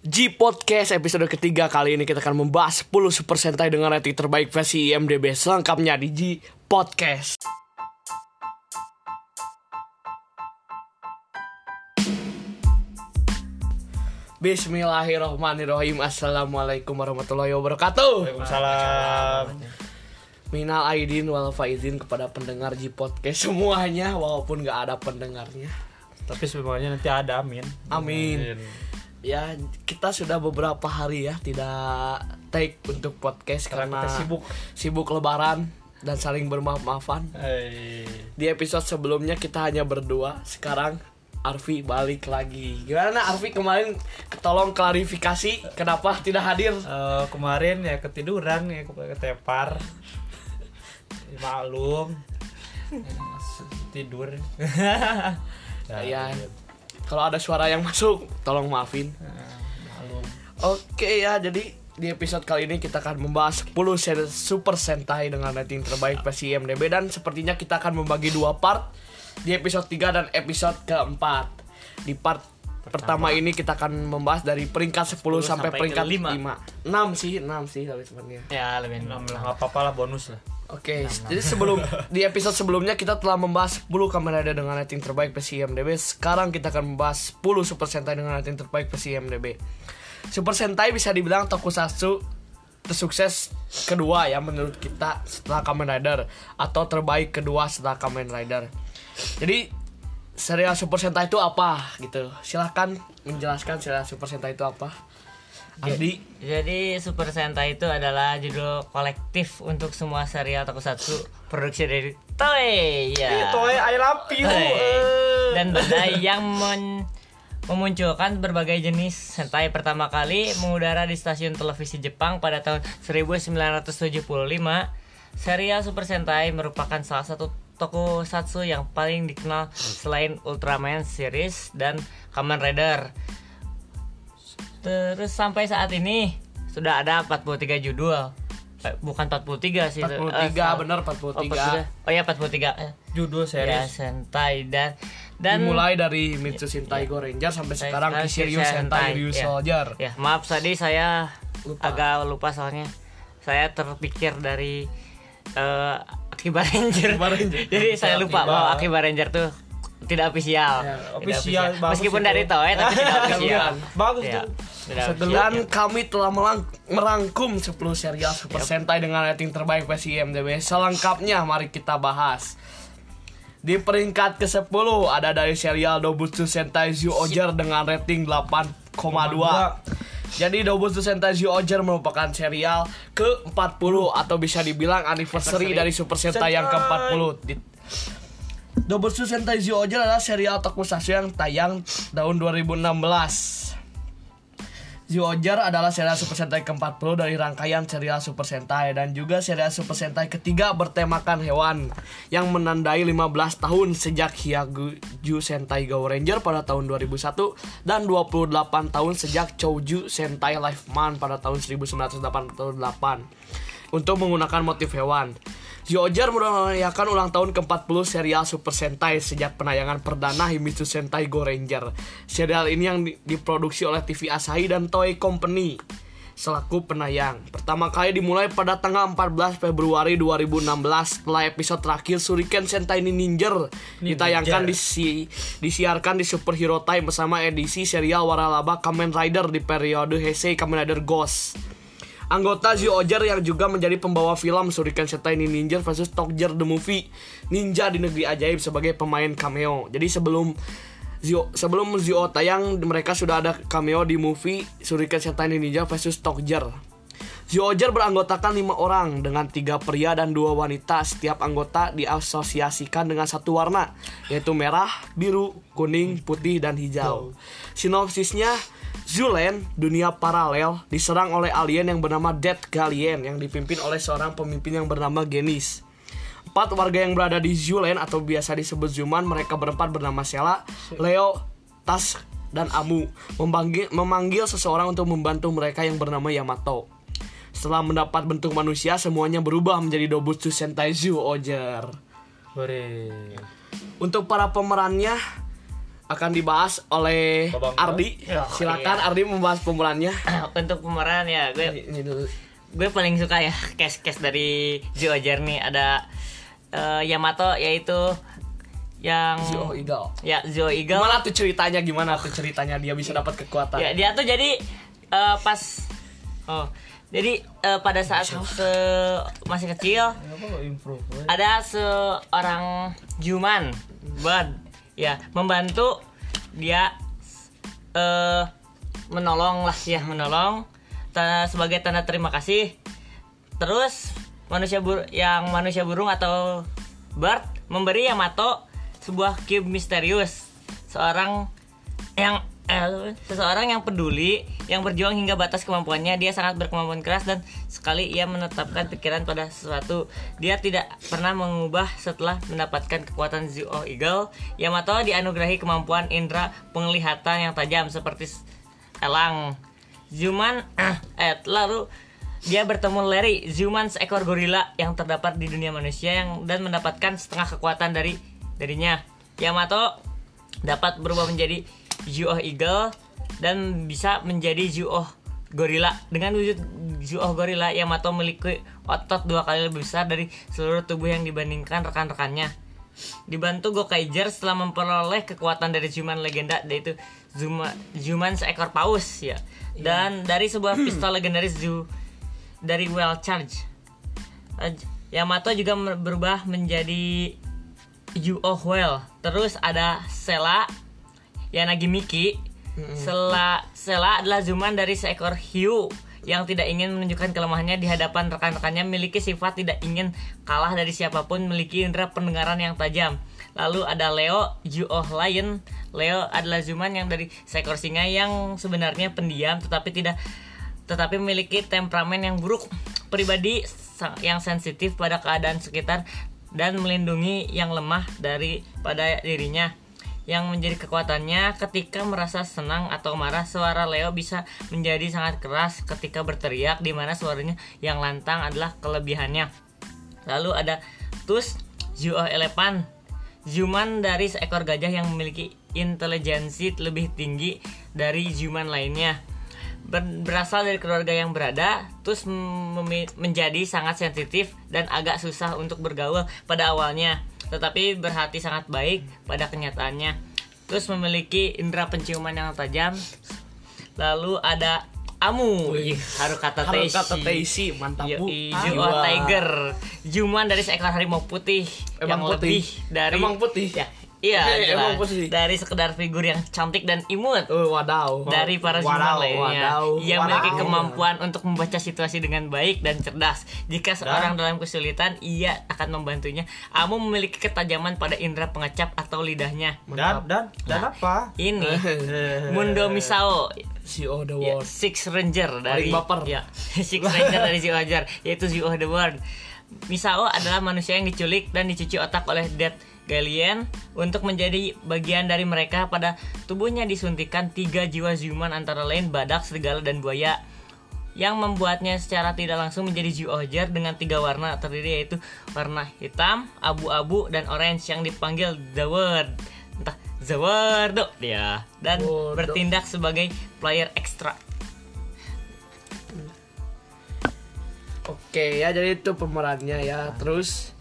G Podcast episode ketiga. Kali ini kita akan membahas 10 Super Sentai dengan rating terbaik versi IMDb. Selengkapnya di G Podcast. Bismillahirrahmanirrahim. Assalamualaikum warahmatullahi wabarakatuh. Waalaikumsalam. Minal aidin wal faizin kepada pendengar G Podcast semuanya, walaupun gak ada pendengarnya. Tapi semuanya nanti ada, amin. Amin. Ya, kita sudah beberapa hari ya tidak take untuk podcast karena kita sibuk lebaran dan saling bermaaf-maafan. Di episode sebelumnya kita hanya berdua. Sekarang Arfi balik lagi. Gimana Arfi kemarin? Tolong klarifikasi kenapa tidak hadir. Kemarin ya ketiduran ya, ketepar. Maklum. Tidur. Ya. Kalau ada suara yang masuk, tolong maafin. Maklum. Oke ya, jadi di episode kali ini kita akan membahas 10 Super Sentai dengan rating terbaik versi IMDb. Dan sepertinya kita akan membagi dua part, di episode 3 dan episode keempat. Di part pertama ini kita akan membahas dari peringkat 10 sampai peringkat 5. 6 sih tapi sebenarnya. Ya, lebih 6 lah, enggak apa-apa lah, bonus lah. Oke, jadi di episode sebelumnya kita telah membahas 10 Kamen Rider dengan rating terbaik versi IMDb. Sekarang kita akan membahas 10 Super Sentai dengan rating terbaik versi IMDb. Super Sentai bisa dibilang tokusatsu tersukses kedua ya menurut kita setelah Kamen Rider, atau terbaik kedua setelah Kamen Rider. Jadi serial Super Sentai itu apa gitu? Silahkan menjelaskan serial Super Sentai itu apa. Adi. Jadi Super Sentai itu adalah judul kolektif untuk semua serial tokusatsu produksi dari Toei. Ya. Toei, I love you. Dan Bandai yang memunculkan berbagai jenis Sentai pertama kali mengudara di stasiun televisi Jepang pada tahun 1975. Serial Super Sentai merupakan salah satu tokusatsu yang paling dikenal selain Ultraman series dan Kamen Rider. Terus sampai saat ini sudah ada 43 judul. Bukan 43 sih. 43 benar 43. Oh ya 43. Judul Ya, series. Sentai dan dimulai dari Mitsu Sentai Go Ranger sampai sekarang Shiryu Sentai Ryu Soldier. Ya, maaf tadi saya Lupa. agak lupa soalnya. Saya terpikir dari Akiba Ranger. Jadi saya lupa bahwa Akiba Ranger tuh tidak official. Ya, Tidak official, bagus meskipun itu. dari Toei tapi tidak official. Bagus Ya, tuh. tidak official. Dan kami telah merangkum 10 serial Super Sentai dengan rating terbaik versi IMDb. Selengkapnya mari kita bahas. Di peringkat ke-10 ada dari serial Dobutsu Sentai Zyuohger dengan rating 8,2. Jadi Dobutsu Sentai Zyuohger merupakan serial ke-40 atau bisa dibilang anniversary dari Super Sentai yang ke-40. Dobutsu Sentai Zyuohger adalah serial tokusatsu yang tayang tahun 2016. Zyuohger adalah serial Super Sentai ke-40 dari rangkaian serial Super Sentai dan juga serial Super Sentai ketiga bertemakan hewan yang menandai 15 tahun sejak Hyakuju Sentai Go Ranger pada tahun 2001 dan 28 tahun sejak Chouju Sentai Life Man pada tahun 1988 untuk menggunakan motif hewan. Zyuohger merayakan ulang tahun ke-40 serial Super Sentai sejak penayangan perdana Himitsu Sentai Go Ranger. Serial ini yang diproduksi oleh TV Asahi dan Toei Company selaku penayang. Pertama kali dimulai pada tanggal 14 Februari 2016 setelah episode terakhir Shuriken Sentai Ninja ditayangkan disiarkan di Super Hero Time bersama edisi serial waralaba Kamen Rider di periode Heisei Kamen Rider Ghost. Anggota Zyuohger yang juga menjadi pembawa film Shuriken Sentai Ninja vs Tokger The Movie Ninja di Negeri Ajaib sebagai pemain cameo. Jadi sebelum Zyuohger tayang, mereka sudah ada cameo di movie Shuriken Sentai Ninja vs Tokger. Zyuohger beranggotakan 5 orang dengan 3 pria dan 2 wanita. Setiap anggota diasosiasikan dengan satu warna, yaitu merah, biru, kuning, putih, dan hijau. Sinopsisnya, Zuland, dunia paralel, diserang oleh alien yang bernama Dead Galien yang dipimpin oleh seorang pemimpin yang bernama Genis. 4 warga yang berada di Zuland atau biasa disebut Zuman, mereka berempat bernama Sela, Leo, Tas, dan Amu, memanggil seseorang untuk membantu mereka yang bernama Yamato. Setelah mendapat bentuk manusia, semuanya berubah menjadi Dobutsu Sentai Zyuohger. Untuk para pemerannya akan dibahas oleh Babang. Ardi. Ya, Silakan iya. Ardi membahas pemerannya. Untuk pemeran ya Ini dulu. gue paling suka ya case dari Zyuohger nih. Ada Yamato, yaitu yang Zyuoh Eagle. ya Zyuoh Eagle. Gimana tuh ceritanya dia bisa dapat kekuatan? Ya, dia tuh jadi pada saat masih kecil ada seorang Juman Bird ya membantu dia menolong sebagai tanda terima kasih. Terus manusia burung atau Bird memberi Yamato sebuah cube misterius, seseorang yang peduli, yang berjuang hingga batas kemampuannya. Dia sangat berkemampuan keras dan sekali ia menetapkan pikiran pada sesuatu, dia tidak pernah mengubah setelah mendapatkan kekuatan Zyuoh Eagle. Yamato dianugerahi kemampuan indera penglihatan yang tajam seperti elang. Lalu dia bertemu Larry, Zuman, seekor gorila yang terdapat di dunia manusia dan mendapatkan setengah kekuatan darinya. Yamato dapat berubah menjadi Zyuoh Eagle dan bisa menjadi Zyuoh Gorilla. Dengan wujud Zyuoh Gorilla, Yamato memiliki otot 2 kali lebih besar dari seluruh tubuh yang dibandingkan rekan-rekannya. Dibantu Gokaiger setelah memperoleh kekuatan dari Zuman legenda, yaitu Zuman seekor paus ya. Dan dari sebuah pistol legendaris dari Well Charge. Yamato juga berubah menjadi Zyuoh Whale. Terus ada Sela Yanagi Miki. Sela adalah Zuman dari seekor hiu yang tidak ingin menunjukkan kelemahannya di hadapan rekan-rekannya, memiliki sifat tidak ingin kalah dari siapapun, memiliki indera pendengaran yang tajam. Lalu ada Leo, Zyuoh Lion. Leo adalah Zuman yang dari seekor singa yang sebenarnya pendiam tetapi memiliki temperamen yang buruk, pribadi yang sensitif pada keadaan sekitar dan melindungi yang lemah daripada dirinya. Yang menjadi kekuatannya, ketika merasa senang atau marah, suara Leo bisa menjadi sangat keras ketika berteriak, di mana suaranya yang lantang adalah kelebihannya. Lalu ada Tus, Zyuoh Elephant, Zuman dari seekor gajah yang memiliki intelijensi lebih tinggi dari Zuman lainnya. Berasal dari keluarga yang berada, Tus menjadi sangat sensitif dan agak susah untuk bergaul pada awalnya, tetapi berhati sangat baik pada kenyataannya. Terus memiliki indera penciuman yang tajam. Lalu ada Amu, Harukata Teishi, mantap Bu. Zyuoh Tiger, Zuman dari seekor harimau putih yang lebih dari putih. Ya, iya, emang putih. dari sekedar figur yang cantik dan imut. Wadaw. Dari para Zuman lainnya, ia memiliki Wadaw. kemampuan untuk membaca situasi dengan baik dan cerdas. Jika seorang dalam kesulitan, ia akan membantunya. Amu memiliki ketajaman pada indera pengecap atau lidahnya. Dan apa? Ini Mundo Misao, Zyuoh the ya, World. Six Ranger dari Paling baper. ya, Six Ranger dari Zyuohger, yaitu Zyuoh the World. Misao adalah manusia yang diculik dan dicuci otak oleh Death Galleon untuk menjadi bagian dari mereka. Pada tubuhnya disuntikan 3 jiwa Zuman, antara lain badak, serigala, dan buaya, yang membuatnya secara tidak langsung menjadi Zyuohger dengan 3 warna terdiri, yaitu warna hitam, abu-abu, dan orange, yang dipanggil The Word, entah The Word ya, dan Wordo. bertindak sebagai player ekstra. Oke ya, jadi itu pemerannya ya. Terus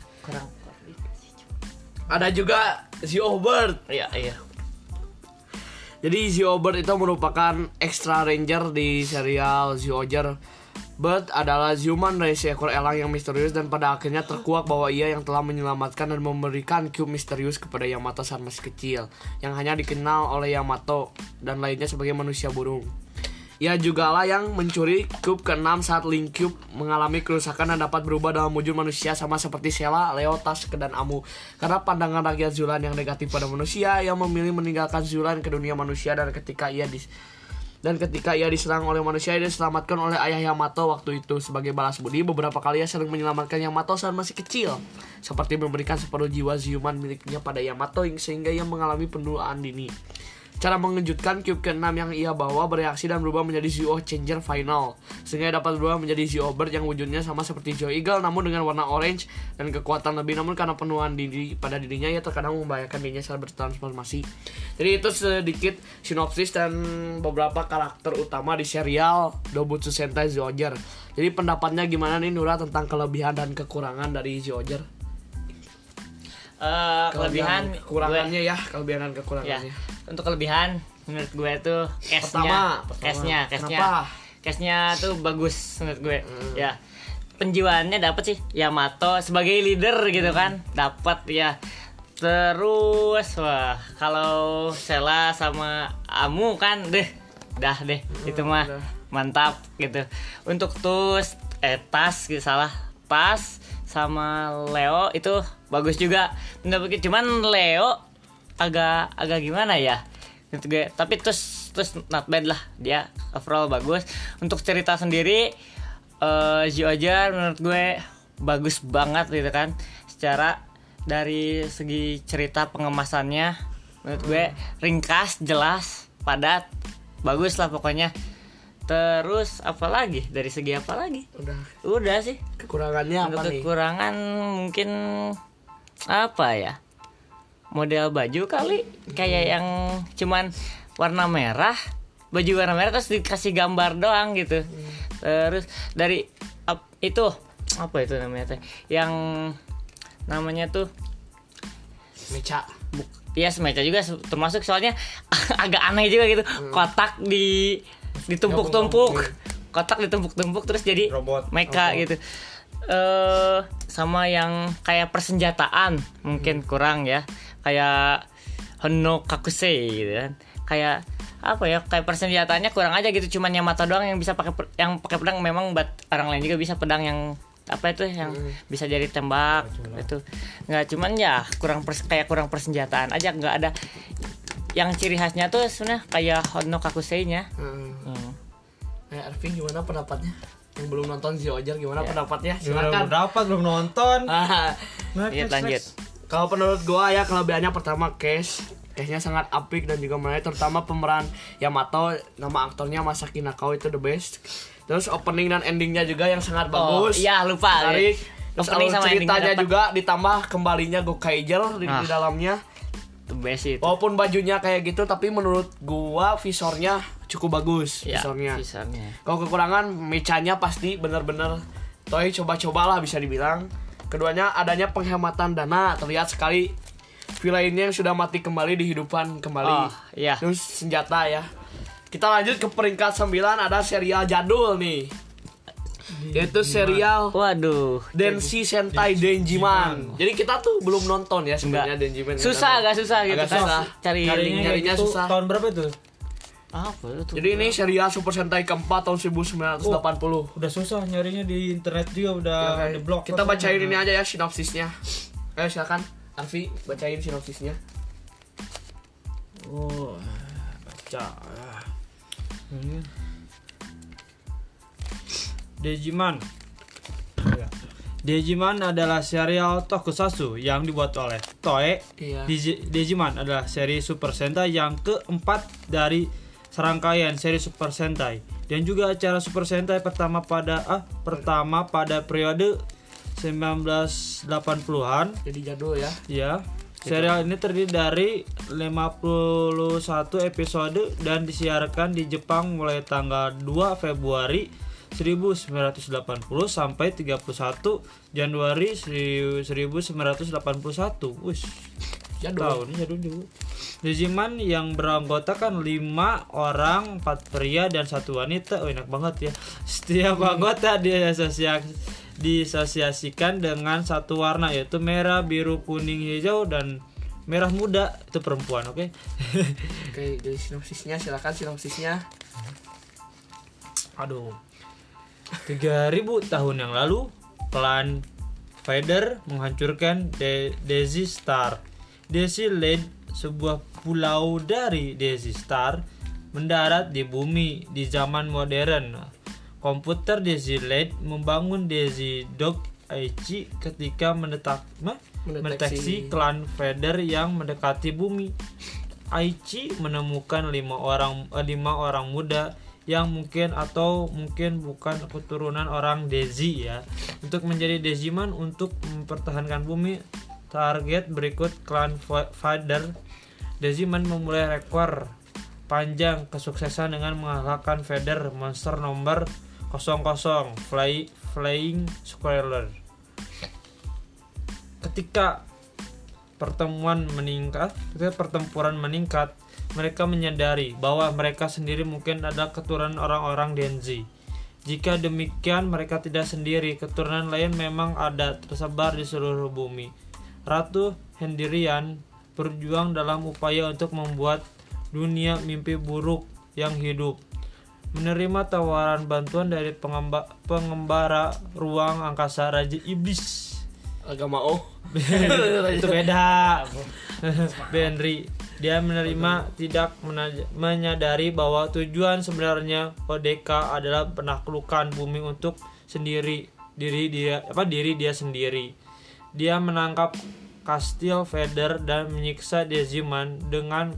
ada juga Zyuoh Bird. Iya. Jadi Zyuoh Bird itu merupakan extra ranger di serial Zyuohger. Bird adalah Zuman dari seekor elang yang misterius dan pada akhirnya terkuak bahwa ia yang telah menyelamatkan dan memberikan cube misterius kepada Yamato saat masih kecil, yang hanya dikenal oleh Yamato dan lainnya sebagai manusia burung. Ia jugalah yang mencuri cube ke-6 saat Link Cube mengalami kerusakan dan dapat berubah dalam wujud manusia sama seperti Sela, Leo, Tusk, dan Amu. Karena pandangan rakyat Zulan yang negatif pada manusia, ia memilih meninggalkan Zulan ke dunia manusia, dan ketika ia diserang oleh manusia, ia diselamatkan oleh ayah Yamato waktu itu. Sebagai balas budi, beberapa kali ia sering menyelamatkan Yamato saat masih kecil, seperti memberikan separuh jiwa Zuman miliknya pada Yamato sehingga ia mengalami penuaan dini. Cara mengejutkan, cube ke-6 yang ia bawa bereaksi dan berubah menjadi Zeo Changer Final, sehingga dapat berubah menjadi Zeo Bird yang wujudnya sama seperti Zeo Eagle namun dengan warna orange dan kekuatan lebih. Namun karena penuhan diri pada dirinya, ia terkadang membahayakan dirinya saat bertransformasi. Jadi itu sedikit sinopsis dan beberapa karakter utama di serial Dobutsu Sentai Zyuohger. Jadi pendapatnya gimana nih Nura tentang kelebihan dan kekurangan dari Zyuohger? Kelebihan kekurangannya ya, kelebihan dan kekurangannya. Untuk kelebihan menurut gue tuh Pertama. cashnya tuh bagus menurut gue. Ya, penjiwaannya dapat sih, Yamato sebagai leader gitu kan, dapat ya. Terus wah, kalau Sela sama Amu kan dah deh itu mah mantap gitu. Untuk Tas gitu, Tas sama Leo itu bagus juga. Cuman Leo agak gimana ya menurut gue, tapi terus not bad lah, dia overall bagus. Untuk cerita sendiri Zyuohger menurut gue bagus banget gitu kan, secara dari segi cerita pengemasannya menurut gue ringkas, jelas, padat, bagus lah pokoknya. Terus apalagi dari segi apa lagi? Udah sih. Kekurangannya untuk apa nih? Kekurangan mungkin apa ya? Model baju kali, kayak yang cuman warna merah, baju warna merah terus dikasih gambar doang gitu. Terus dari itu apa itu namanya teh? Yang namanya tuh mecha. Iya, mecha juga termasuk, soalnya agak aneh juga gitu. Kotak ditumpuk-tumpuk. Kotak ditumpuk-tumpuk terus jadi robot mecha gitu. Sama yang kayak persenjataan mungkin kurang ya, kayak Hono Kakusei gitu kan, kayak apa ya, kayak persenjataannya kurang aja gitu. Cuman Yamato doang yang bisa pakai pedang. Memang buat orang lain juga bisa pedang yang apa itu yang bisa jadi tembak itu nggak, cuman ya kurang persenjataan aja, nggak ada yang ciri khasnya tuh sebenarnya kayak Hono Kakusei-nya. Arvin gimana pendapatnya? Yang belum nonton Zyuohger gimana pendapatnya? Silakan. Belum nonton. Lanjut. Kalau menurut gua ya, kelebihannya pertama cashnya sangat apik dan juga menarik, terutama pemeran Yamato, nama aktornya Masaki Nakao itu the best. Terus opening dan endingnya juga yang sangat bagus. Iya, lupa. Menarik. Terus Opening sama ceritanya endingnya juga ditambah kembalinya Gokaiger di dalamnya. The best itu. Walaupun bajunya kayak gitu, tapi menurut gua visornya cukup bagus. Ya, visornya. visornya. Kalau kekurangan, mechanya pasti bener-bener Toei coba-cobalah bisa dibilang. Keduanya adanya penghematan dana, terlihat sekali villainnya yang sudah mati kembali dihidupkan kembali. Iya. Terus senjata ya. Kita lanjut ke peringkat 9, ada serial jadul nih. Yaitu serial Denshi Sentai Denjiman. Jadi kita tuh belum nonton ya sebenarnya Denjiman. Agak susah gitu kan. Nyarinya susah. Tahun berapa itu? Apa itu? Jadi ini serial Super Sentai keempat tahun 1980. Udah susah nyarinya di internet juga, udah di blog. Kita bacain ini aja ya sinopsisnya. Ayo silakan Arfi bacain sinopsisnya. Baca. Dejiman adalah serial tokusatsu yang dibuat oleh Toei. Iya. Dejiman adalah seri Super Sentai yang keempat dari serangkaian seri Super Sentai dan juga acara Super Sentai pertama pada periode 1980-an. Jadi jadul ya. Ya. Serial ini terdiri dari 51 episode dan disiarkan di Jepang mulai tanggal 2 Februari 1980 sampai 31 Januari 1981. Wih, jadul juga. Dejiman yang beranggotakan 5 orang, 4 pria dan 1 wanita. Enak banget ya. Setiap anggota disosiasikan dengan satu warna, yaitu merah, biru, kuning, hijau, dan merah muda. Itu perempuan, oke? Oke, dari sinopsisnya silakan sinopsisnya. 3000 tahun yang lalu, klan Vader menghancurkan Daisy Star. Daisy Land, sebuah pulau dari Daisy Star, mendarat di bumi di zaman modern. Komputer Daisy Land membangun Daisy Dog Aichi ketika mendeteksi klan Vader yang mendekati bumi. Aichi menemukan 5 orang muda yang mungkin bukan keturunan orang Dezi ya, untuk menjadi Deziman untuk mempertahankan bumi. Target berikut klan Vader. Deziman memulai rekor panjang kesuksesan dengan mengalahkan Vader monster nomor 00 Flying Squirrel. Ketika pertempuran meningkat, mereka menyadari bahwa mereka sendiri mungkin ada keturunan orang-orang Denzi. Jika demikian, mereka tidak sendiri. Keturunan lain memang ada, tersebar di seluruh bumi. Ratu Hendirian berjuang dalam upaya untuk membuat dunia mimpi buruk yang hidup. Menerima tawaran bantuan dari pengembara ruang angkasa Raja Iblis. Agak mau. Itu beda. Benry. Dia menerima, tidak menyadari bahwa tujuan sebenarnya ODK adalah penaklukan bumi untuk diri dia sendiri. Dia menangkap Kastil Vader dan menyiksa Deziman dengan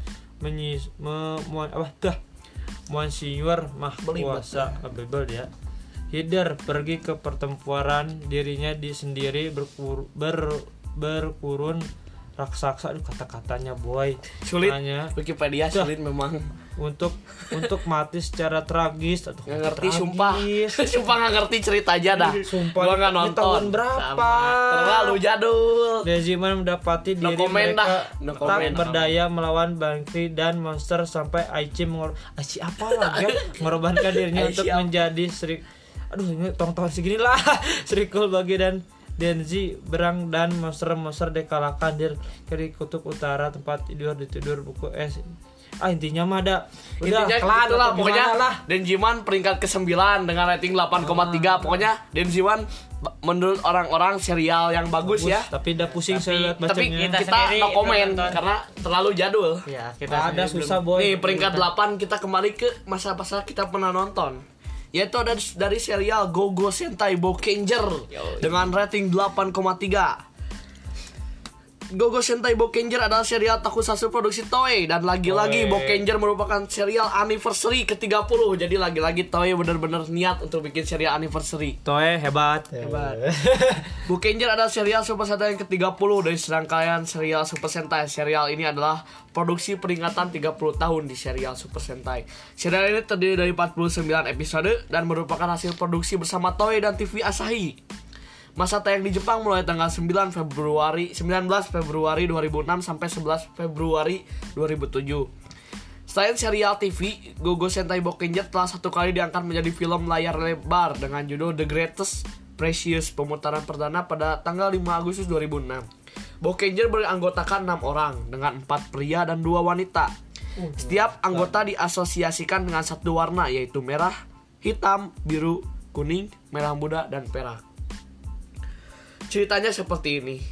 Monsignor Mahkuasa. Bebel dia. Hider pergi ke pertempuran, dirinya sendiri berkurun raksasa. Aduh, kata-katanya boy sulit. Hanya Wikipedia sulit memang untuk mati secara tragis. Aduh, nggak ngerti sumpah nggak ngerti cerita aja dah. Sumpah, gua nggak ini nonton. tahun berapa? Terlalu jadul. Deziman mendapati diri mereka No tak comment. berdaya melawan Bankri dan monster sampai Aichi mengorbankan dirinya Aichi untuk apa? menjadi ini tong-tong segini lah Srikul bagi dan Denzi berang dan monster-monster dikalahkan dari kutub utara tempat tidur buku es. Intinya mah ada Intinya itulah pokoknya Denziman peringkat ke-9 dengan rating 8,3. Pokoknya Denziman menurut orang-orang serial yang bagus ya. Tapi udah pusing saya lihat Tapi bacanya. kita no komen karena terlalu jadul. Ya, kita Ada susah boy. Nih peringkat 8 kita kembali ke masa-masa kita pernah nonton. Yaitu ada dari serial Go-Go Sentai Bokenger dengan rating 8,3. Go-Go Sentai Bokenger adalah serial tokusatsu produksi Toei. Dan lagi-lagi Bokenger merupakan serial anniversary ke-30. Jadi lagi-lagi Toei benar-benar niat untuk bikin serial anniversary. Toei hebat. Bokenger adalah serial Super Sentai yang ke-30 dari serangkaian serial Super Sentai. Serial ini adalah produksi peringatan 30 tahun di serial Super Sentai. Serial ini terdiri dari 49 episode dan merupakan hasil produksi bersama Toei dan TV Asahi. Masa tayang di Jepang mulai tanggal 19 Februari 2006 sampai 11 Februari 2007. Selain serial TV, Go-Go Sentai Bokenger telah satu kali diangkat menjadi film layar lebar dengan judul The Greatest Precious, pemutaran perdana pada tanggal 5 Agustus 2006. Bokenger beranggotakan 6 orang dengan 4 pria dan 2 wanita. Setiap anggota diasosiasikan dengan satu warna, yaitu merah, hitam, biru, kuning, merah muda, dan perak. Ceritanya seperti ini.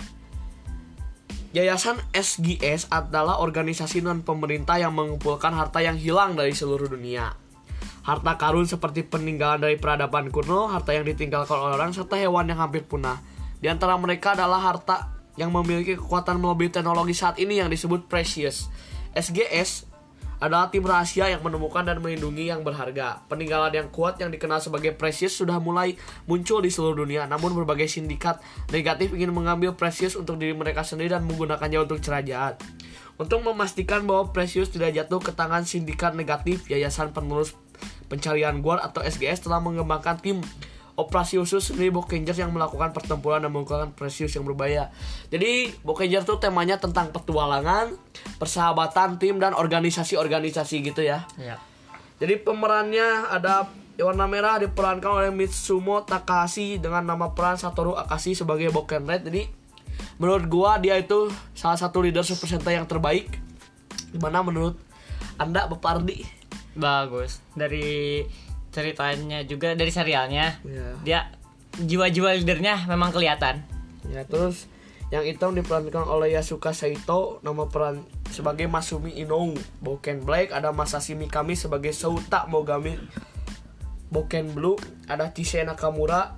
Yayasan SGS adalah organisasi non-pemerintah yang mengumpulkan harta yang hilang dari seluruh dunia. Harta karun seperti peninggalan dari peradaban kuno, harta yang ditinggalkan oleh orang, serta hewan yang hampir punah. Di antara mereka adalah harta yang memiliki kekuatan melebihi teknologi saat ini yang disebut Precious. SGS adalah tim rahasia yang menemukan dan melindungi yang berharga. Peninggalan yang kuat yang dikenal sebagai Precious sudah mulai muncul di seluruh dunia. Namun berbagai sindikat negatif ingin mengambil Precious untuk diri mereka sendiri dan menggunakannya untuk cara jahat. Untuk memastikan bahwa Precious tidak jatuh ke tangan sindikat negatif, Yayasan Penerus Pencarian Guard atau SGS telah mengembangkan tim operasi khusus dari Bokenger yang melakukan pertempuran dan mengumpulkan Precious yang berbahaya. Jadi Bokenger tuh temanya tentang petualangan, persahabatan, tim, dan organisasi-organisasi gitu ya. Jadi pemerannya ada warna merah diperankan oleh Mitsumo Takahashi dengan nama peran Satoru Akashi sebagai Boken Red. Jadi menurut gua dia itu salah satu leader Super Sentai yang terbaik. Gimana menurut Anda, Bapak Ardi? bagus. Dari ceritanya juga, dari serialnya, Ya. dia jiwa-jiwa leadernya memang kelihatan. Ya, terus yang hitam diperankan oleh Yasuka Saito, nama peran sebagai Masumi Inou. Boken Black ada Masashi Mikami sebagai Souta Mogami. Boken Blue ada Chise Nakamura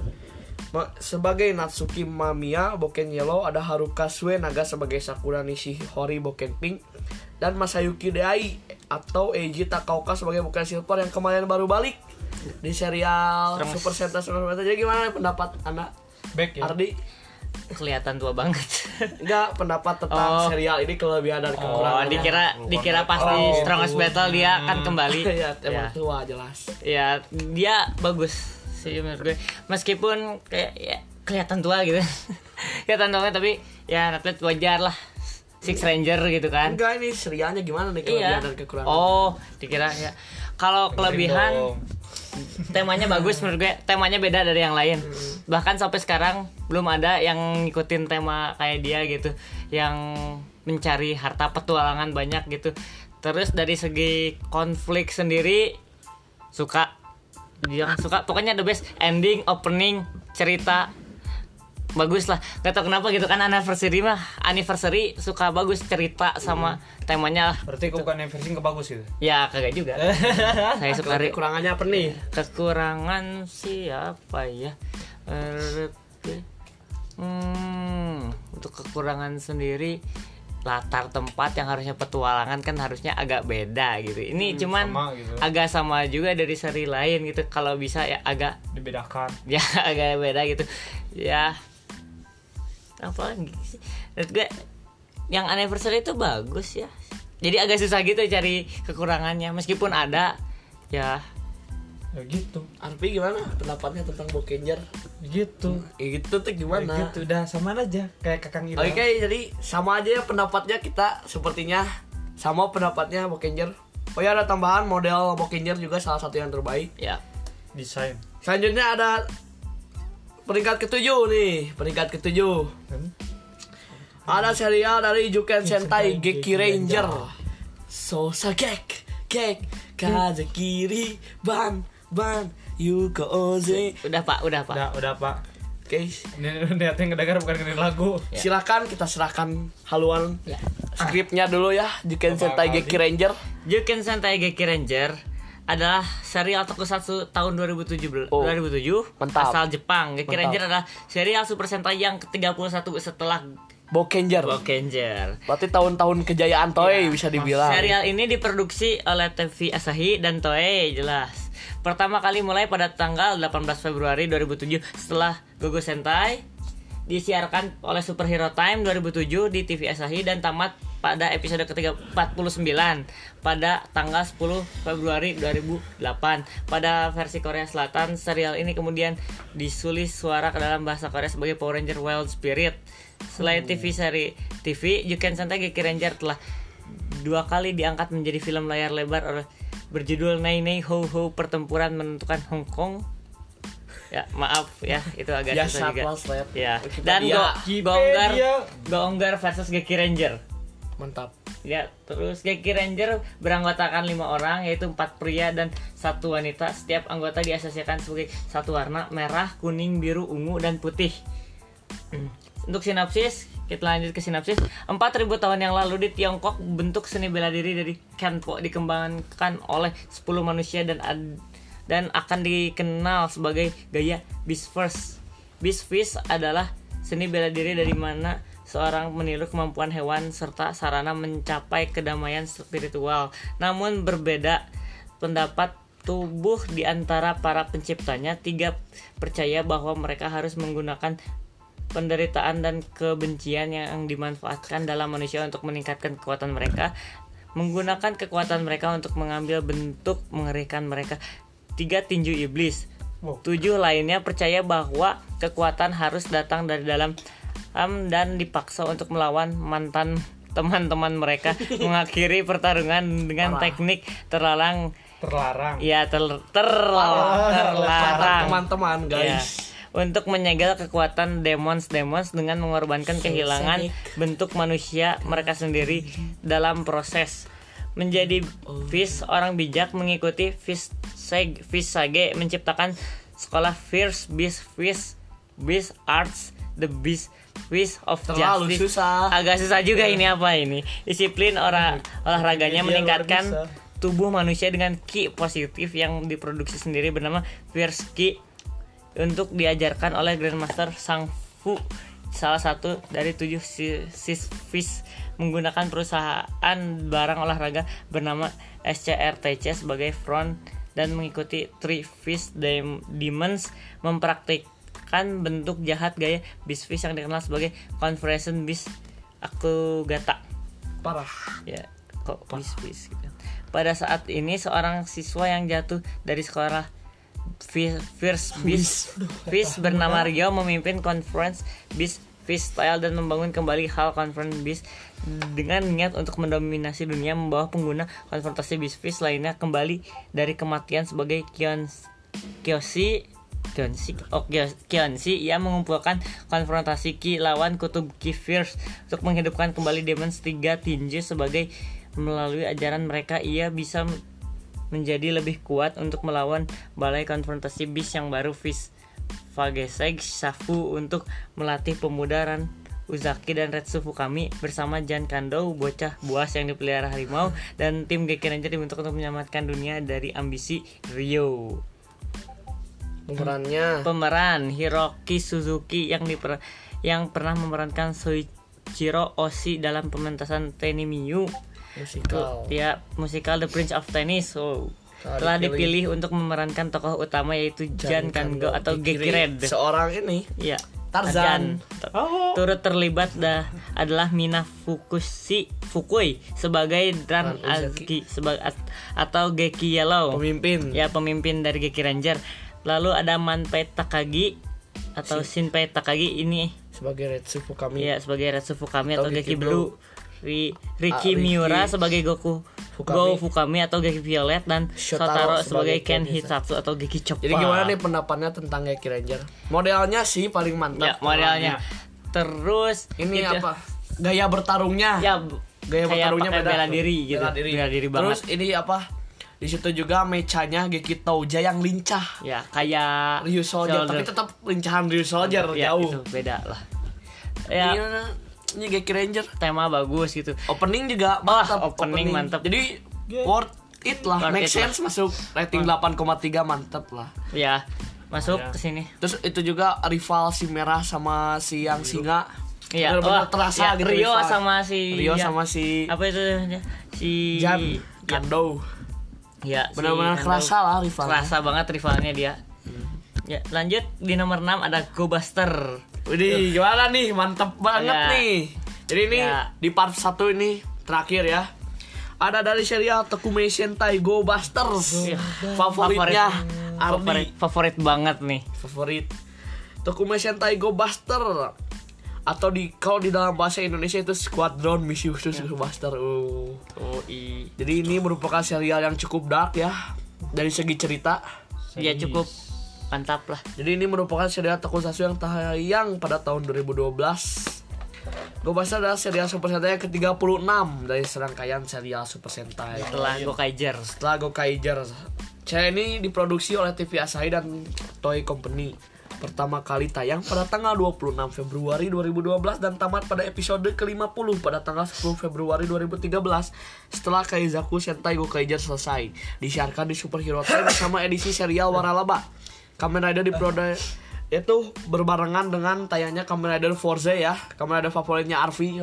sebagai Natsuki Mamiya. Boken Yellow ada Haruka Sue Naga sebagai Sakura Nishihori. Boken Pink dan Masayuki Dai atau Eiji Takaoka sebagai bukan Silver yang kemarin baru balik di serial Super Sentai. Jadi gimana pendapat anak Back ya. Ardi? Kelihatan tua banget. Enggak, pendapat tentang serial ini kelebihan dan kekurangan. Dikira pas di Strongest Battle dia akan kembali. Ya, emang Ya. tua jelas. Ya, dia bagus sih menurut gue. Meskipun kayak ya, kelihatan tua gitu. Kelihatan tua tapi ya atlet wajar lah. Six Ranger gitu kan. Enggak, ini serialnya gimana nih kelebihan dan kekurangan? Oh, dikira ya. Kalau kelebihan temanya bagus menurut gue. Temanya beda dari yang lain. Bahkan sampai sekarang belum ada yang ngikutin tema kayak dia gitu. Yang mencari harta petualangan banyak gitu. Terus dari segi konflik sendiri suka pokoknya the best ending, opening, cerita bagus lah. Gak tau kenapa gitu kan, anniversary suka bagus cerita sama temanya lah. Berarti bukan anniversary bagus gitu. Ya kagak juga. Saya suka Kekurangannya apa nih? kekurangan siapa ya? Untuk kekurangan sendiri latar tempat yang harusnya petualangan kan harusnya agak beda gitu. Ini cuman sama gitu. agak sama juga dari seri lain gitu. Kalau bisa ya agak Dibedakan. ya agak beda gitu. Ya apa lagi sih? Menurut gue yang anniversary itu bagus ya. Jadi agak susah gitu cari kekurangannya meskipun ada ya. Ya gitu. Arpi gimana pendapatnya tentang Bokenger? Gitu. Gitu tuh gimana? Ya gitu udah sama aja kayak Kakang Ilham. Oke, jadi sama aja ya pendapatnya, kita sepertinya sama pendapatnya Bokenger. Oh ya, ada tambahan model Bokenger juga salah satu yang terbaik. Ya. Desain. Selanjutnya ada peringkat ke-7 nih, peringkat ke-7. Ada serial dari Juken Sentai Geki Ranger. Sosagek, Gek, Kazekiri, Ban, Yuko Oze. Udah Pak. Udah Pak. Oke, Ini niatnya ngedengar bukan ngedengar lagu. silakan kita serahkan haluan skripnya dulu ya, Juken Sentai Geki Ranger. Juken Sentai Geki Ranger adalah serial tokusatsu tahun 2007 mantap. asal Jepang. Geki Mantap. Ranger adalah serial Super Sentai yang ke-31 setelah Bokenger. Bokenger. Berarti tahun-tahun kejayaan Toei bisa dibilang. Serial ini diproduksi oleh TV Asahi dan Toei, jelas. Pertama kali mulai pada tanggal 18 Februari 2007 setelah Gogo Sentai. Disiarkan oleh Superhero Time 2007 di TV Asahi dan tamat pada episode ke-49 pada tanggal 10 Februari 2008. Pada versi Korea Selatan, serial ini kemudian disulis suara ke dalam bahasa Korea sebagai Power Ranger Wild Spirit. Selain seri TV, Juken Sentai Geki Ranger telah 2 kali diangkat menjadi film layar lebar berjudul Nei Nei Ho Ho Pertempuran Menentukan Hong Kong. Ya, maaf ya, itu agak susah juga. Ya. Dan Goonggar versus Geki Ranger. Mantap. Ya, terus Geki Ranger beranggotakan 5 orang, yaitu 4 pria dan 1 wanita. Setiap anggota diasosiasikan sebagai satu warna, merah, kuning, biru, ungu, dan putih. Untuk sinopsis, kita lanjut ke sinopsis. 4.000 tahun yang lalu di Tiongkok, bentuk seni bela diri dari Kenpo dikembangkan oleh 10 manusia dan akan dikenal sebagai gaya Beast First. Beast Fist adalah seni bela diri dari mana seorang meniru kemampuan hewan serta sarana mencapai kedamaian spiritual. Namun berbeda pendapat tubuh di antara para penciptanya. 3 percaya bahwa mereka harus menggunakan penderitaan dan kebencian yang dimanfaatkan dalam manusia untuk meningkatkan kekuatan mereka, menggunakan kekuatan mereka untuk mengambil bentuk mengerikan mereka. 3 tinju iblis. 7 lainnya percaya bahwa kekuatan harus datang dari dalam dan dipaksa untuk melawan mantan teman-teman mereka, mengakhiri pertarungan dengan teknik terlarang. Ya, terlarang Teman-teman, guys. Ya, untuk menyegel kekuatan demons dengan mengorbankan kehilangan bentuk manusia mereka sendiri dalam proses menjadi Fist. Orang bijak mengikuti Fist Sage menciptakan sekolah Fierce Beast Arts, The Beast Fist of Terlalu Justice. susah. Agak susah juga ini apa ini. Disiplin olahraganya meningkatkan tubuh manusia dengan ki positif yang diproduksi sendiri bernama Fierce Ki untuk diajarkan oleh Grandmaster Sang Fu salah satu dari 7 sisvis menggunakan perusahaan barang olahraga bernama SCRTC sebagai front dan mengikuti Three Fish Demons mempraktikkan bentuk jahat gaya Beast Fish yang dikenal sebagai Conversion Beast Akugata. Parah. Ya, kok Beast Fish gitu. Pada saat ini seorang siswa yang jatuh dari sekolah First Beast Fish bernama Rio memimpin Conference Beast Fish Style dan membangun kembali hal Conference Beast dengan niat untuk mendominasi dunia, membawa pengguna konfrontasi Beast Fish lainnya kembali dari kematian sebagai Kyoshi yang mengumpulkan konfrontasi Ki lawan kutub Ki Fierce untuk menghidupkan kembali Demons 3 tinju sebagai melalui ajaran mereka ia bisa menjadi lebih kuat untuk melawan balai konfrontasi Beast yang baru Fish Fageseg Shafu untuk melatih pemuda Ran Uzaki dan Retsu Fukami bersama Jan Kando, bocah buas yang dipelihara harimau, dan tim Geki Ranger dibentuk untuk menyelamatkan dunia dari ambisi Ryo. Pemeran Hiroki Suzuki yang pernah memerankan Soichiro Oshi dalam pementasan Tenimiyu musikal The Prince of Tennis. Telah dipilih untuk memerankan tokoh utama yaitu Jan Kango atau Geki Red. Seorang ini. Ya. Tarzan. Turut terlibat adalah Mina Fukui sebagai Ran Azaki atau Geki Yellow. Pemimpin dari Geki Ranger. Lalu ada Manpei Takagi atau Shinpei Takagi ini sebagai Retsu Fukami. Ya, sebagai Retsu Fukami atau Geki Blue. Riki Miura sebagai Go Fukami atau Geki Violet dan Shotaro sebagai Ken Hitsatsu atau Geki Choppa. Jadi gimana nih pendapatnya tentang Geki Ranger? Modelnya sih paling mantap. Ya, modelnya. Terus ini apa? Gaya bertarungnya. Ya, gaya bertarungnya beda. Bela diri gitu. Bela diri banget. Terus ini apa? Di situ juga mechanya Geki Touja yang lincah. Ya, kayak Ryu Soldier, tapi tetap lincahan Ryu Soldier jauh. Itu beda lah. Ya. Ini Geki Ranger tema bagus gitu. Opening juga mantap. Opening mantap. Jadi worth it lah. Make sense lah. Masuk rating 8,3 mantap lah. Ya, masuk ke sini. Terus itu juga rival si merah sama si yang singa. Iya, terasa gitu. Rio sama si apa itu si Jan Kando. Ya, benar-benar kerasa lah rivalnya. Kerasa banget rivalnya dia. Ya, lanjut di nomor 6 ada Go Buster. Widih, gimana nih? Mantap banget nih. Jadi ini di part 1 ini terakhir ya. Ada dari serial Tekume Sentai Go Busters. Favoritnya Ardi. Favorit banget nih. Favorit. Tekume Sentai Go Buster atau kalau di dalam bahasa Indonesia itu Squadron Misi Khusus Go Buster. Jadi ini merupakan serial yang cukup dark ya dari segi cerita. Ya cukup mantap lah. Jadi ini merupakan serial tokusatsu yang tayang pada tahun 2012. Go Buster adalah serial Super Sentai yang ke-36 dari serangkaian serial Super Sentai setelah Gokaiger. Serial ini diproduksi oleh TV Asahi dan Toei Company. Pertama kali tayang pada tanggal 26 Februari 2012 dan tamat pada episode ke-50 pada tanggal 10 Februari 2013 setelah Kaizaku Sentai Gokaiger selesai. Disiarkan di Super Hero Time bersama edisi serial waralaba. Kamen Rider itu berbarengan dengan tayangnya Kamen Rider Forze ya. Kamen Rider favoritnya Arfi. No.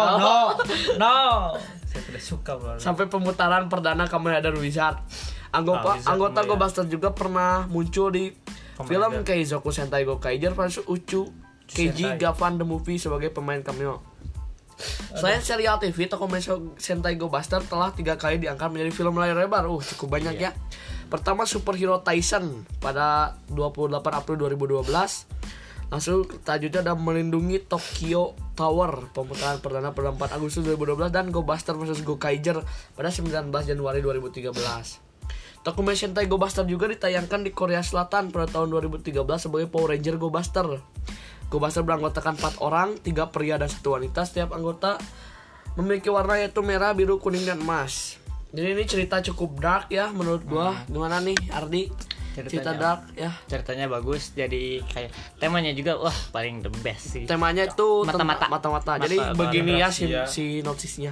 Saya tidak suka bro. Sampai pemutaran perdana Kamen Rider Wizard. Anggota Go Buster juga pernah muncul di film Keizoku Sentai Gokaiger vs Uchu Keiji Gavan The Movie sebagai pemain cameo. Selain serial TV, Tekume Sentai Go Buster telah 3 kali diangkat menjadi film layar lebar. Cukup banyak ya. Pertama Super Hero Tyson pada 28 April 2012. Langsung selanjutnya ada Melindungi Tokyo Tower, pemutaran perdana pada 4 Agustus 2012 dan Go Buster vs Gokaiger pada 19 Januari 2013. Tekume Sentai Go Buster juga ditayangkan di Korea Selatan pada tahun 2013 sebagai Power Ranger Go Buster. Go Buster beranggotakan 4 orang, 3 pria dan 1 wanita. Setiap anggota memiliki warna yaitu merah, biru, kuning, dan emas. Jadi ini cerita cukup dark ya menurut gua. Gimana nih Ardi? Cerita dark ya. Ceritanya bagus, jadi kayak temanya juga paling the best sih. Temanya itu mata-mata. Jadi begini ya si notisnya.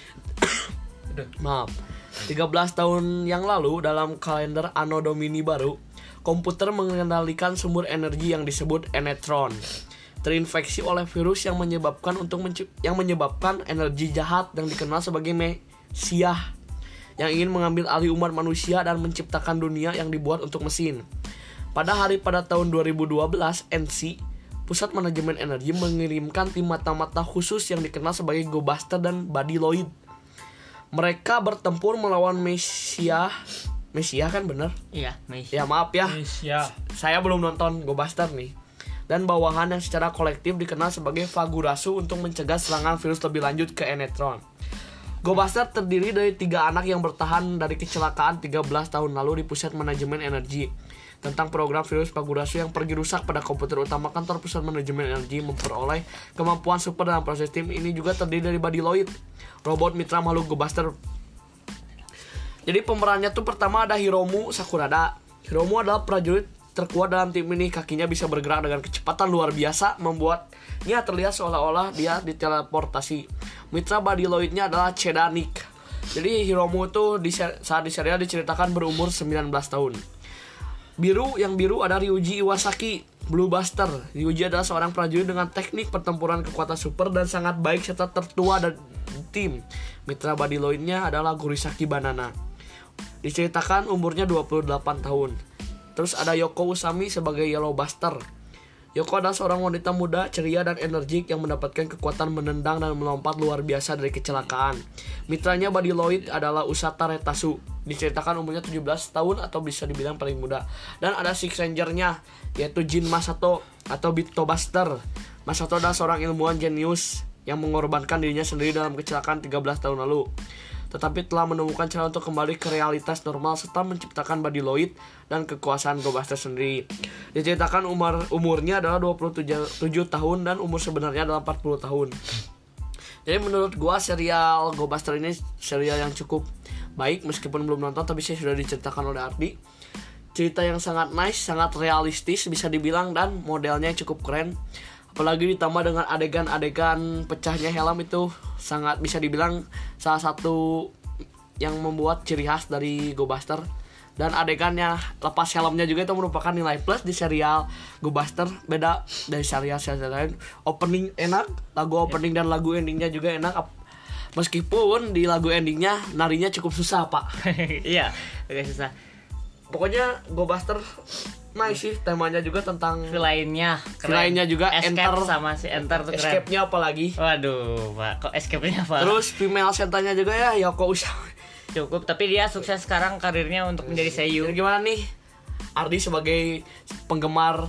Maaf. 13 tahun yang lalu dalam kalender Anno Domini baru, komputer mengendalikan sumber energi yang disebut Enetron. terinfeksi oleh virus yang menyebabkan energi jahat yang dikenal sebagai Mesiah yang ingin mengambil alih umat manusia dan menciptakan dunia yang dibuat untuk mesin. Pada tahun 2012, NC, Pusat Manajemen Energi, mengirimkan tim mata-mata khusus yang dikenal sebagai Go-Buster dan Buddy Lloyd. Mereka bertempur melawan Mesiah kan bener? Iya, Mesiah. Ya maaf ya, Indonesia. saya belum nonton Go-Buster nih. Dan bawahan yang secara kolektif dikenal sebagai Fagurasu untuk mencegah serangan virus lebih lanjut ke Enetron. Go-Buster terdiri dari 3 anak yang bertahan dari kecelakaan 13 tahun lalu di Pusat Manajemen Energi. Tentang program virus Fagurasu yang pergi rusak pada komputer utama kantor Pusat Manajemen Energi memperoleh kemampuan super dalam proses. Tim ini juga terdiri dari Buddy Lloyd, robot mitra makhluk Go-Buster. Jadi pemerannya tuh pertama ada Hiromu Sakurada. Hiromu adalah prajurit terkuat dalam tim ini. Kakinya bisa bergerak dengan kecepatan luar biasa, membuatnya terlihat seolah-olah dia diteleportasi. Mitra Buddy Lloyd-nya adalah Chedanik. Jadi Hiromu tuh saat di serial diceritakan berumur 19 tahun. Yang biru ada Ryuji Iwasaki, Blue Buster. Ryuji adalah seorang prajurit dengan teknik pertempuran kekuatan super dan sangat baik serta tertua dari tim. Mitra Buddy Lloyd-nya adalah Gorisaki Banana. Diceritakan umurnya 28 tahun. Terus ada Yoko Usami sebagai Yellow Buster. Yoko adalah seorang wanita muda, ceria dan energik yang mendapatkan kekuatan menendang dan melompat luar biasa dari kecelakaan. Mitranya Buddy Lloyd adalah Usata Retasu. Diceritakan umurnya 17 tahun atau bisa dibilang paling muda. Dan ada Six Ranger-nya, yaitu Jin Masato atau Bito Buster. Masato adalah seorang ilmuwan jenius yang mengorbankan dirinya sendiri dalam kecelakaan 13 tahun lalu, tetapi telah menemukan cara untuk kembali ke realitas normal serta menciptakan Buddy Lloyd dan kekuasaan Go-Buster sendiri. Diceritakan umurnya adalah 27 tahun dan umur sebenarnya adalah 40 tahun. Jadi menurut gua serial Go-Buster ini serial yang cukup baik, meskipun belum nonton tapi saya sudah diceritakan oleh Ardi. Cerita yang sangat nice, sangat realistis bisa dibilang, dan modelnya cukup keren. Apalagi ditambah dengan adegan-adegan pecahnya helm, itu sangat bisa dibilang salah satu yang membuat ciri khas dari Go-Buster. Dan adegannya lepas helmnya juga itu merupakan nilai plus di serial Go-Buster. Beda dari serial lain. Opening enak, lagu opening dan lagu endingnya juga enak. Meskipun di lagu endingnya narinya cukup susah, Pak. Iya, agak susah. Pokoknya Go-Buster nice sih, temanya juga tentang Lainnya juga Escape Enter sama si Enter tuh keren. Escape-nya apalagi. Waduh, Pak, kok escape-nya Pak? Terus female sentanya juga ya Yoko Usami. Cukup, tapi dia sukses sekarang karirnya untuk menjadi seiyu. Jadi gimana nih Ardi sebagai penggemar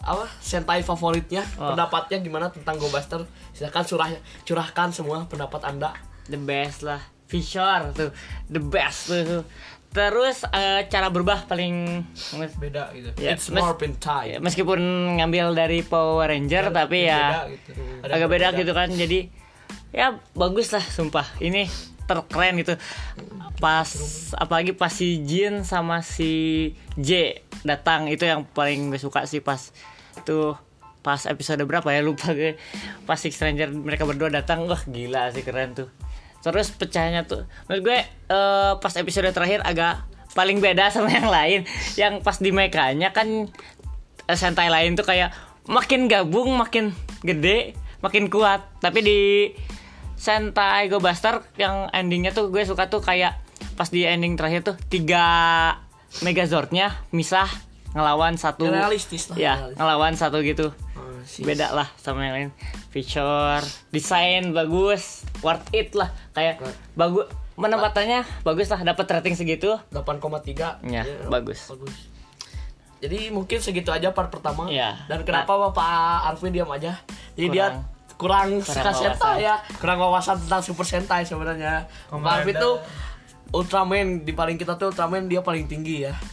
sentai favoritnya, pendapatnya gimana tentang Go-Buster? Silakan curahkan semua pendapat Anda. The best lah, Fisher tuh the best tuh. Terus cara berubah paling Beda gitu. ya, It's more Pintai. meskipun ngambil dari Power Ranger tapi ya Beda gitu. agak beda gitu kan. Jadi ya bagus lah, sumpah. Ini terkeren gitu. Apalagi pas si Jin sama si J datang, itu yang paling gue suka sih pas episode berapa ya, lupa gue. Pas Six Ranger mereka berdua datang, wah gila sih, keren tuh. Terus pecahnya tuh menurut gue pas episode terakhir agak paling beda sama yang lain. Yang pas di mekanya kan sentai lain tuh kayak makin gabung makin gede, makin kuat. Tapi di sentai Go-Buster yang endingnya tuh gue suka tuh kayak pas di ending terakhir tuh 3 Megazord-nya misah ngelawan satu. Realistis lah. Ya, realistis. ngelawan satu gitu. Beda lah sama yang lain. Feature, desain bagus, worth it lah. Kayak bagus, penempatannya bagus lah, dapat rating segitu. 8,3. Ya, bagus. Jadi mungkin segitu aja part pertama. Ya. Dan kenapa Bapak Arvin diam aja? Jadi dia kurang suka wawasan. Sentai ya, kurang wawasan tentang Super Sentai sebenarnya. Bapak Arvin tuh Ultraman, di paling kita tuh Ultraman dia paling tinggi ya.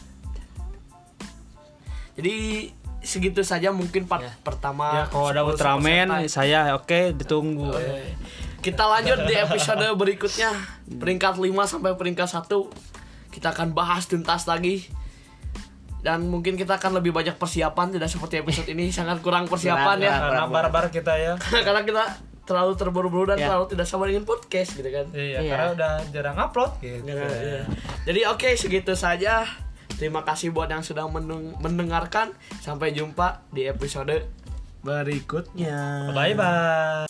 Jadi segitu saja mungkin part pertama. Ya kalau ada 10 Ultraman Super Sentai. saya oke ditunggu. Kita lanjut di episode berikutnya, peringkat 5 sampai peringkat 1. Kita akan bahas tuntas lagi. Dan mungkin kita akan lebih banyak persiapan, tidak seperti episode ini sangat kurang persiapan ya. Karena barbar kita ya. Karena kita terlalu terburu-buru dan Ya. terlalu tidak sabar ingin podcast gitu kan. Iya, Iya. karena udah jarang upload gitu. Iya. Jadi oke, segitu saja. Terima kasih buat yang sudah mendengarkan. Sampai jumpa di episode berikutnya. Bye bye.